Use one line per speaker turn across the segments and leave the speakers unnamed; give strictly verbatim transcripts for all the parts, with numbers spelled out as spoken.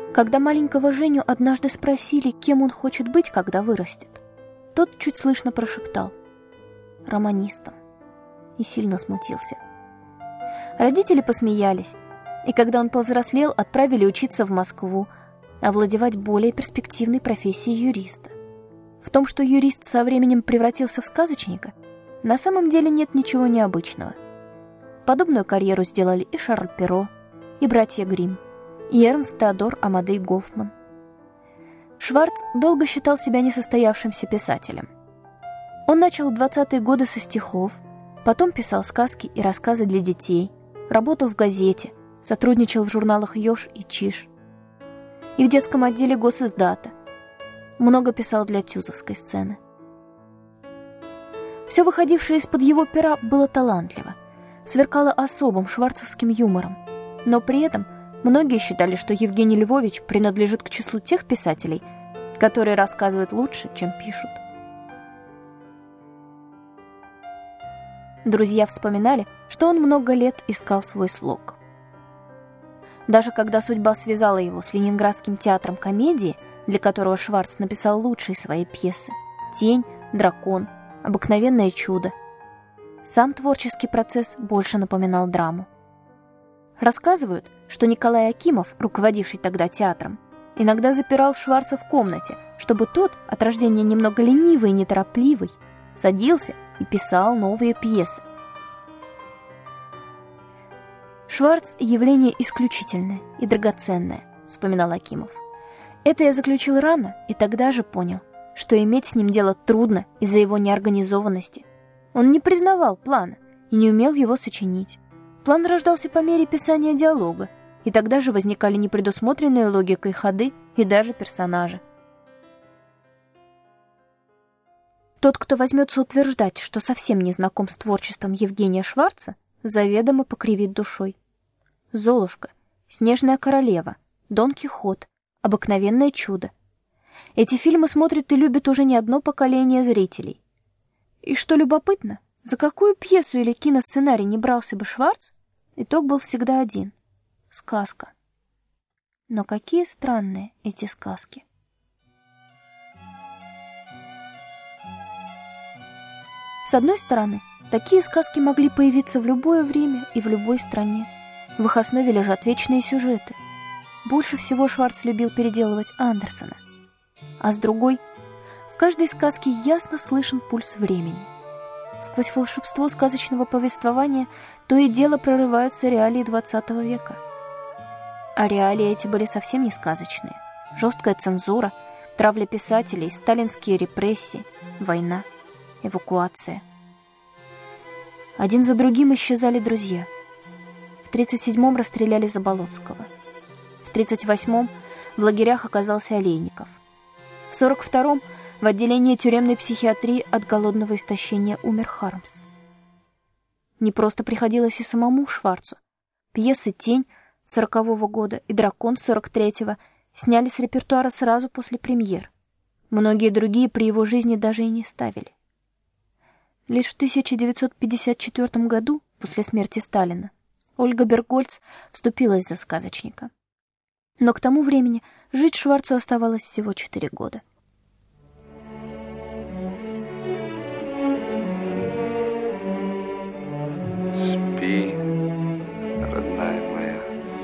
Когда маленького Женю однажды спросили, кем он хочет быть, когда вырастет, тот чуть слышно прошептал: «Романистом», и сильно смутился. Родители посмеялись, и когда он повзрослел, отправили учиться в Москву, овладевать более перспективной профессией юриста. В том, что юрист со временем превратился в сказочника, на самом деле нет ничего необычного. Подобную карьеру сделали и Шарль Перро, и братья Гримм, и Эрнст Теодор Амадей Гофман. Шварц долго считал себя несостоявшимся писателем. Он начал в двадцатые годы со стихов, потом писал сказки и рассказы для детей, работал в газете, сотрудничал в журналах «Ёж» и «Чиж» и в детском отделе Госиздата. Много писал для тюзовской сцены. Все выходившее из-под его пера было талантливо, сверкало особым шварцевским юмором, но при этом многие считали, что Евгений Львович принадлежит к числу тех писателей, которые рассказывают лучше, чем пишут. Друзья вспоминали, что он много лет искал свой слог. Даже когда судьба связала его с Ленинградским театром комедии, для которого Шварц написал лучшие свои пьесы «Тень», «Дракон», «Обыкновенное чудо», сам творческий процесс больше напоминал драму. Рассказывают, что Николай Акимов, руководивший тогда театром, иногда запирал Шварца в комнате, чтобы тот, от рождения немного ленивый и неторопливый, садился и писал новые пьесы. «Шварц – явление исключительное и драгоценное», – вспоминал Акимов. «Это я заключил рано и тогда же понял, что иметь с ним дело трудно из-за его неорганизованности. Он не признавал плана и не умел его сочинить. План рождался по мере писания диалога, и тогда же возникали непредусмотренные логикой ходы и даже персонажи. Тот, кто возьмется утверждать, что совсем не знаком с творчеством Евгения Шварца, заведомо покривит душой. «Золушка», «Снежная королева», «Дон Кихот», «Обыкновенное чудо». Эти фильмы смотрят и любят уже не одно поколение зрителей. И что любопытно, за какую пьесу или киносценарий не брался бы Шварц, итог был всегда один — сказка. Но какие странные эти сказки. С одной стороны, такие сказки могли появиться в любое время и в любой стране. В их основе лежат вечные сюжеты. Больше всего Шварц любил переделывать Андерсена. А с другой, в каждой сказке ясно слышен пульс времени. Сквозь волшебство сказочного повествования то и дело прорываются реалии двадцатого века. А реалии эти были совсем не сказочные. Жесткая цензура, травля писателей, сталинские репрессии, война, эвакуация. Один за другим исчезали друзья. В тридцать седьмом расстреляли Заболоцкого. В тридцать восьмом в лагерях оказался Олейников. В сорок втором в отделении тюремной психиатрии от голодного истощения умер Хармс. Не просто приходилось и самому Шварцу. Пьесы «Тень» сорокового года и «Дракон» сорок третьего сняли с репертуара сразу после премьер. Многие другие при его жизни даже и не ставили. Лишь в тысяча девятьсот пятьдесят четвёртом году, после смерти Сталина, Ольга Бергольц вступилась за сказочника. Но к тому времени жить Шварцу оставалось всего четыре года.
Спи, родная моя.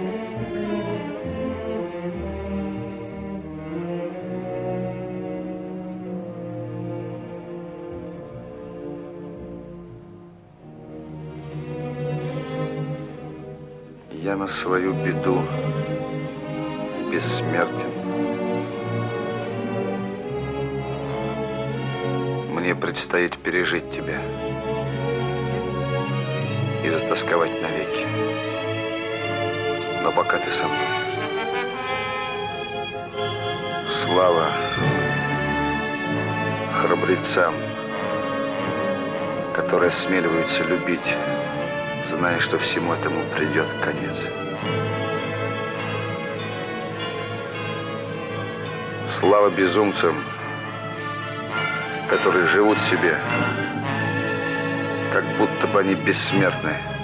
Я на свою беду бессмертен. Мне предстоит пережить тебя и затасковать навеки. Но пока ты со мной. Слава храбрецам, которые осмеливаются любить, зная, что всему этому придет конец. Слава безумцам, которые живут себе, как будто бы они бессмертны.